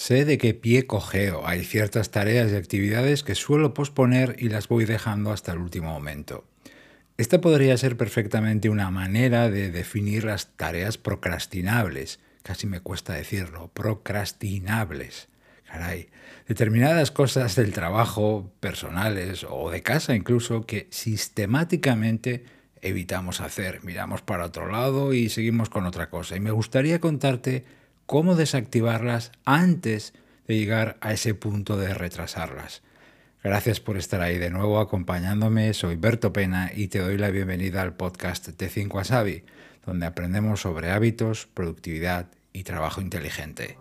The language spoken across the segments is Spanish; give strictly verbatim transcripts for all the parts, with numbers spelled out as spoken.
Sé de qué pie cojeo. Hay ciertas tareas y actividades que suelo posponer y las voy dejando hasta el último momento. Esta podría ser perfectamente una manera de definir las tareas procrastinables. Casi me cuesta decirlo, procrastinables. Caray, determinadas cosas del trabajo, personales o de casa incluso, que sistemáticamente evitamos hacer. Miramos para otro lado y seguimos con otra cosa. Y me gustaría contarte cómo desactivarlas antes de llegar a ese punto de retrasarlas. Gracias por estar ahí de nuevo acompañándome. Soy Berto Pena y te doy la bienvenida al podcast de cinco a Savvy, donde aprendemos sobre hábitos, productividad y trabajo inteligente.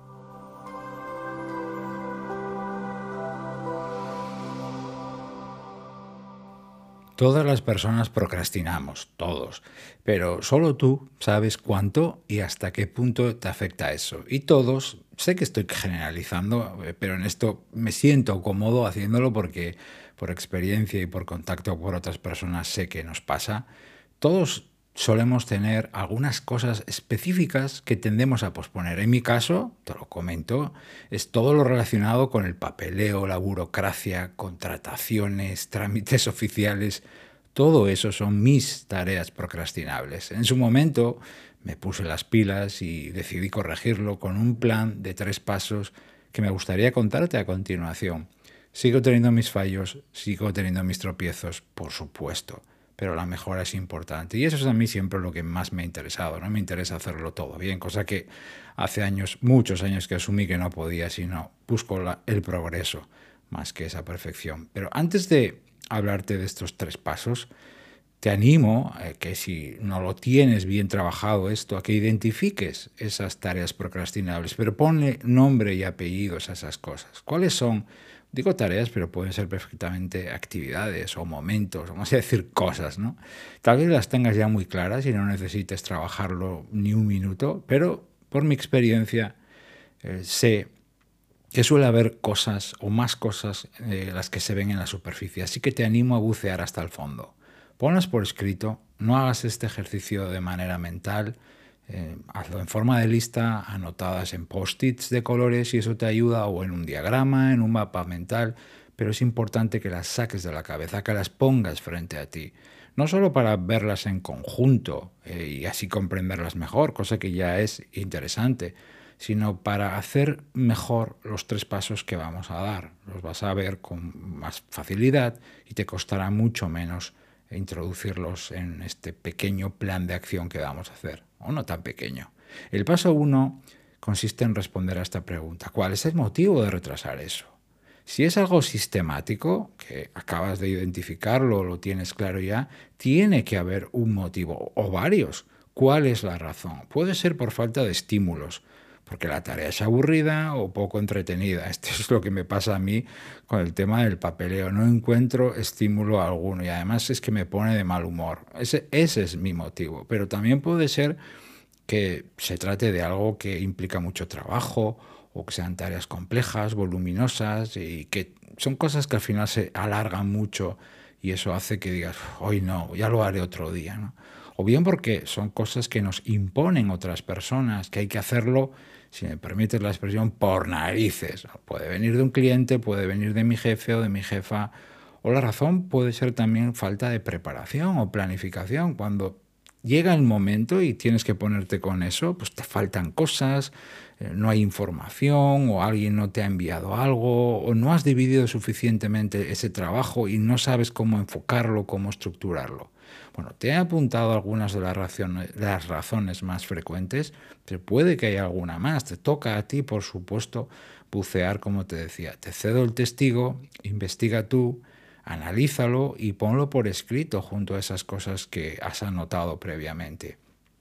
Todas las personas procrastinamos, todos, pero solo tú sabes cuánto y hasta qué punto te afecta eso. Y todos, sé que estoy generalizando, eh, pero en esto me siento cómodo haciéndolo porque por experiencia y por contacto con otras personas sé que nos pasa. Todos solemos tener algunas cosas específicas que tendemos a posponer. En mi caso, te lo comento, es todo lo relacionado con el papeleo, la burocracia, contrataciones, trámites oficiales. Todo eso son mis tareas procrastinables. En su momento me puse las pilas y decidí corregirlo con un plan de tres pasos que me gustaría contarte a continuación. Sigo teniendo mis fallos, sigo teniendo mis tropiezos, por supuesto, pero la mejora es importante. Y eso es a mí siempre lo que más me ha interesado. No me interesa hacerlo todo bien, cosa que hace años, muchos años que asumí que no podía, sino busco la, el progreso más que esa perfección. Pero antes de hablarte de estos tres pasos, te animo a que si no lo tienes bien trabajado esto, a que identifiques esas tareas procrastinables, pero ponle nombre y apellidos a esas cosas. ¿Cuáles son? Digo tareas, pero pueden ser perfectamente actividades o momentos, vamos a decir cosas, ¿no? Tal vez las tengas ya muy claras y no necesites trabajarlo ni un minuto, pero por mi experiencia eh, sé que suele haber cosas o más cosas eh, las que se ven en la superficie, así que te animo a bucear hasta el fondo. Ponlas por escrito, no hagas este ejercicio de manera mental, eh, hazlo en forma de lista, anotadas en post-its de colores si eso te ayuda, o en un diagrama, en un mapa mental, pero es importante que las saques de la cabeza, que las pongas frente a ti. No solo para verlas en conjunto eh, y así comprenderlas mejor, cosa que ya es interesante, sino para hacer mejor los tres pasos que vamos a dar. Los vas a ver con más facilidad y te costará mucho menos introducirlos en este pequeño plan de acción que vamos a hacer, o no tan pequeño. El paso uno consiste en responder a esta pregunta: ¿cuál es el motivo de retrasar eso? Si es algo sistemático, que acabas de identificarlo, lo tienes claro ya, tiene que haber un motivo, o varios. ¿Cuál es la razón? Puede ser por falta de estímulos, porque la tarea es aburrida o poco entretenida. Esto es lo que me pasa a mí con el tema del papeleo. No encuentro estímulo alguno y además es que me pone de mal humor. Ese, ese es mi motivo. Pero también puede ser que se trate de algo que implica mucho trabajo o que sean tareas complejas, voluminosas y que son cosas que al final se alargan mucho y eso hace que digas, hoy no, ya lo haré otro día, ¿no? O bien porque son cosas que nos imponen otras personas, que hay que hacerlo, si me permites la expresión, por narices. Puede venir de un cliente, puede venir de mi jefe o de mi jefa, o la razón puede ser también falta de preparación o planificación. Cuando llega el momento y tienes que ponerte con eso, pues te faltan cosas, eh, no hay información, o alguien no te ha enviado algo, o no has dividido suficientemente ese trabajo y no sabes cómo enfocarlo, cómo estructurarlo. Bueno, te he apuntado algunas de las razones, de las razones más frecuentes, pero puede que haya alguna más. Te toca a ti, por supuesto, bucear, como te decía. Te cedo el testigo, investiga tú, analízalo y ponlo por escrito junto a esas cosas que has anotado previamente.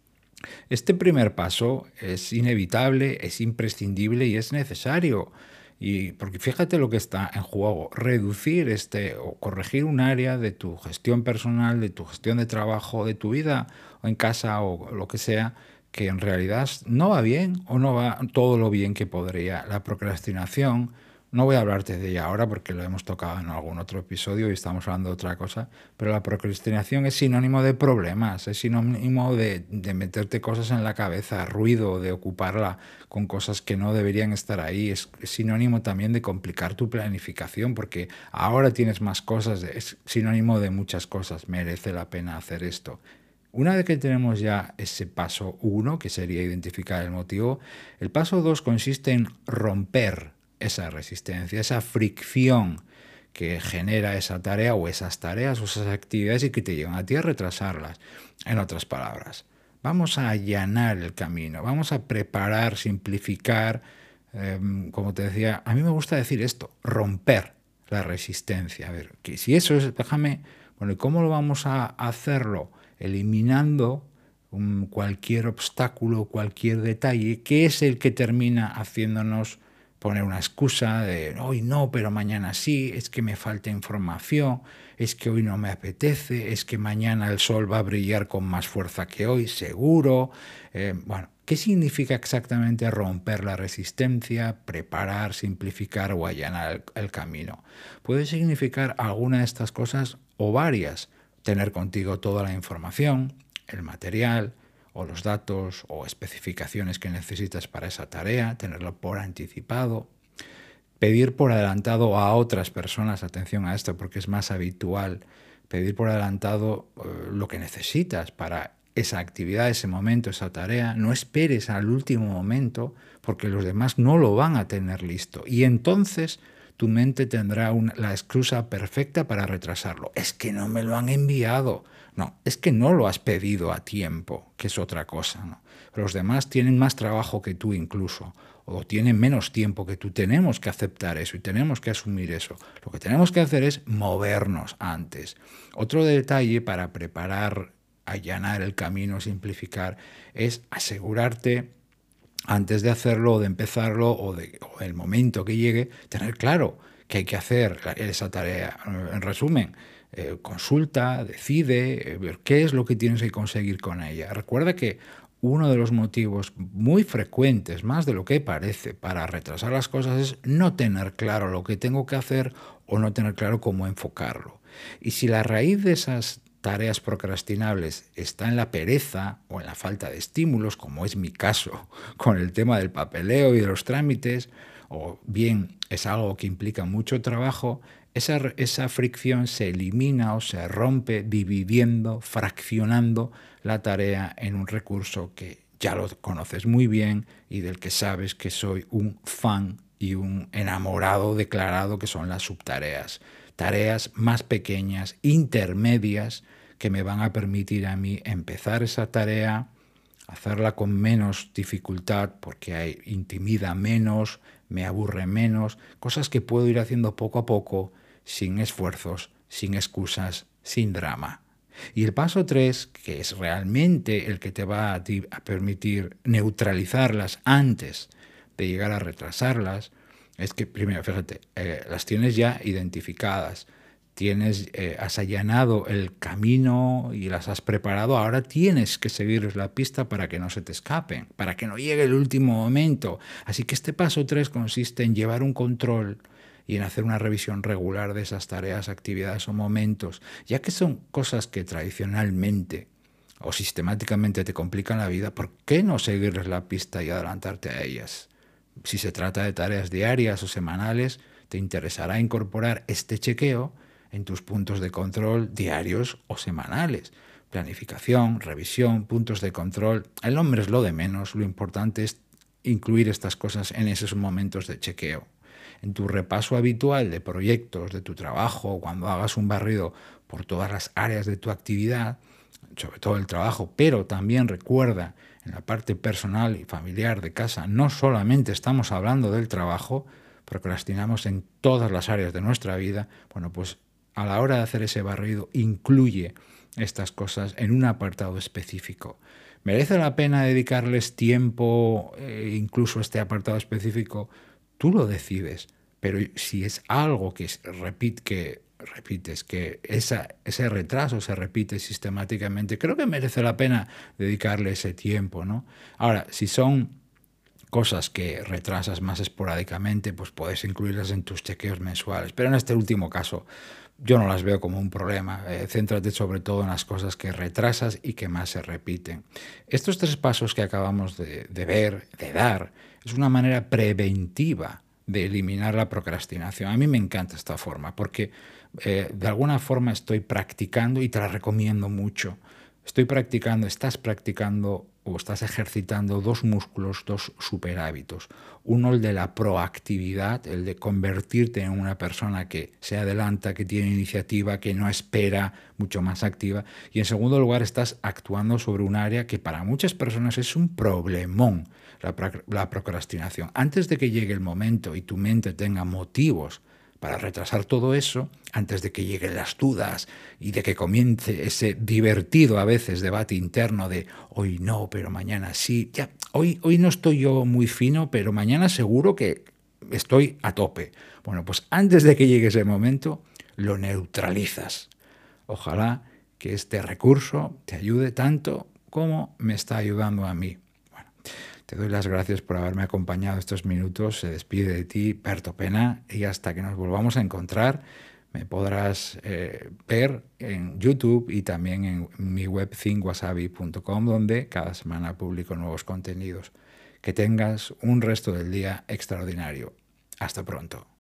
Este primer paso es inevitable, es imprescindible y es necesario. Y porque fíjate lo que está en juego: reducir este o corregir un área de tu gestión personal, de tu gestión de trabajo, de tu vida o en casa o lo que sea, que en realidad no va bien o no va todo lo bien que podría. La procrastinación no voy a hablarte de ella ahora porque lo hemos tocado en algún otro episodio y estamos hablando de otra cosa, pero la procrastinación es sinónimo de problemas, es sinónimo de, de meterte cosas en la cabeza, ruido, de ocuparla con cosas que no deberían estar ahí, es, es sinónimo también de complicar tu planificación porque ahora tienes más cosas, es sinónimo de muchas cosas, merece la pena hacer esto. Una vez que tenemos ya ese paso uno, que sería identificar el motivo, el paso dos consiste en romper esa resistencia, esa fricción que genera esa tarea o esas tareas o esas actividades y que te llevan a ti a retrasarlas. En otras palabras, vamos a allanar el camino, vamos a preparar, simplificar, eh, como te decía, a mí me gusta decir esto, romper la resistencia. A ver, que si eso es, déjame, bueno, ¿y cómo lo vamos a hacerlo? Eliminando um, cualquier obstáculo, cualquier detalle, que es el que termina haciéndonos poner una excusa de hoy no, pero mañana sí, es que me falta información, es que hoy no me apetece, es que mañana el sol va a brillar con más fuerza que hoy, seguro. Eh, bueno, ¿qué significa exactamente romper la resistencia, preparar, simplificar o allanar el, el camino? Puede significar alguna de estas cosas o varias. Tener contigo toda la información, el material o los datos o especificaciones que necesitas para esa tarea, tenerlo por anticipado, pedir por adelantado a otras personas, atención a esto porque es más habitual, pedir por adelantado eh, lo que necesitas para esa actividad, ese momento, esa tarea, no esperes al último momento porque los demás no lo van a tener listo y entonces tu mente tendrá una, la excusa perfecta para retrasarlo. Es que no me lo han enviado. No, es que no lo has pedido a tiempo, que es otra cosa, ¿no? Los demás tienen más trabajo que tú incluso, o tienen menos tiempo que tú. Tenemos que aceptar eso y tenemos que asumir eso. Lo que tenemos que hacer es movernos antes. Otro detalle para preparar, allanar el camino, simplificar, es asegurarte antes de hacerlo o de empezarlo o, de, o el momento que llegue, tener claro que hay que hacer esa tarea. En resumen, eh, consulta, decide, eh, ver qué es lo que tienes que conseguir con ella. Recuerda que uno de los motivos muy frecuentes, más de lo que parece, para retrasar las cosas es no tener claro lo que tengo que hacer o no tener claro cómo enfocarlo. Y si la raíz de esas tareas procrastinables está en la pereza o en la falta de estímulos, como es mi caso con el tema del papeleo y de los trámites, o bien es algo que implica mucho trabajo, esa, esa fricción se elimina o se rompe dividiendo, fraccionando la tarea en un recurso que ya lo conoces muy bien y del que sabes que soy un fan y un enamorado declarado, que son las subtareas. Tareas más pequeñas, intermedias, que me van a permitir a mí empezar esa tarea, hacerla con menos dificultad porque hay, intimida menos, me aburre menos, cosas que puedo ir haciendo poco a poco, sin esfuerzos, sin excusas, sin drama. Y el paso tres, que es realmente el que te va a, ti, a permitir neutralizarlas antes de llegar a retrasarlas, es que primero, fíjate, eh, las tienes ya identificadas, tienes, eh, has allanado el camino y las has preparado, ahora tienes que seguirles la pista para que no se te escapen, para que no llegue el último momento. Así que este paso tres consiste en llevar un control y en hacer una revisión regular de esas tareas, actividades o momentos, ya que son cosas que tradicionalmente o sistemáticamente te complican la vida. ¿Por qué no seguirles la pista y adelantarte a ellas? Si se trata de tareas diarias o semanales, te interesará incorporar este chequeo en tus puntos de control diarios o semanales. Planificación, revisión, puntos de control. El nombre es lo de menos, lo importante es incluir estas cosas en esos momentos de chequeo. En tu repaso habitual de proyectos, de tu trabajo, cuando hagas un barrido por todas las áreas de tu actividad, sobre todo el trabajo, pero también recuerda, en la parte personal y familiar de casa, no solamente estamos hablando del trabajo, procrastinamos en todas las áreas de nuestra vida. Bueno, pues a la hora de hacer ese barrido, incluye estas cosas en un apartado específico. ¿Merece la pena dedicarles tiempo, eh, incluso este apartado específico? Tú lo decides, pero si es algo que, repite, que repites, que esa, ese retraso se repite sistemáticamente, creo que merece la pena dedicarle ese tiempo, ¿no? Ahora, si son cosas que retrasas más esporádicamente, pues puedes incluirlas en tus chequeos mensuales. Pero en este último caso, yo no las veo como un problema. Eh, céntrate sobre todo en las cosas que retrasas y que más se repiten. Estos tres pasos que acabamos de, de ver, de dar, es una manera preventiva de eliminar la procrastinación. A mí me encanta esta forma porque eh, de alguna forma estoy practicando y te la recomiendo mucho. Estoy practicando, estás practicando o estás ejercitando dos músculos, dos superhábitos. Uno, el de la proactividad, el de convertirte en una persona que se adelanta, que tiene iniciativa, que no espera, mucho más activa. Y en segundo lugar, estás actuando sobre un área que para muchas personas es un problemón, la, la procrastinación. Antes de que llegue el momento y tu mente tenga motivos para retrasar todo eso, antes de que lleguen las dudas y de que comience ese divertido a veces debate interno de hoy no, pero mañana sí, ya, hoy, hoy no estoy yo muy fino, pero mañana seguro que estoy a tope. Bueno, pues antes de que llegue ese momento, lo neutralizas. Ojalá que este recurso te ayude tanto como me está ayudando a mí. Te doy las gracias por haberme acompañado estos minutos. Se despide de ti Berto Pena y hasta que nos volvamos a encontrar me podrás eh, ver en YouTube y también en mi web think wasabi punto com, donde cada semana publico nuevos contenidos. Que tengas un resto del día extraordinario. Hasta pronto.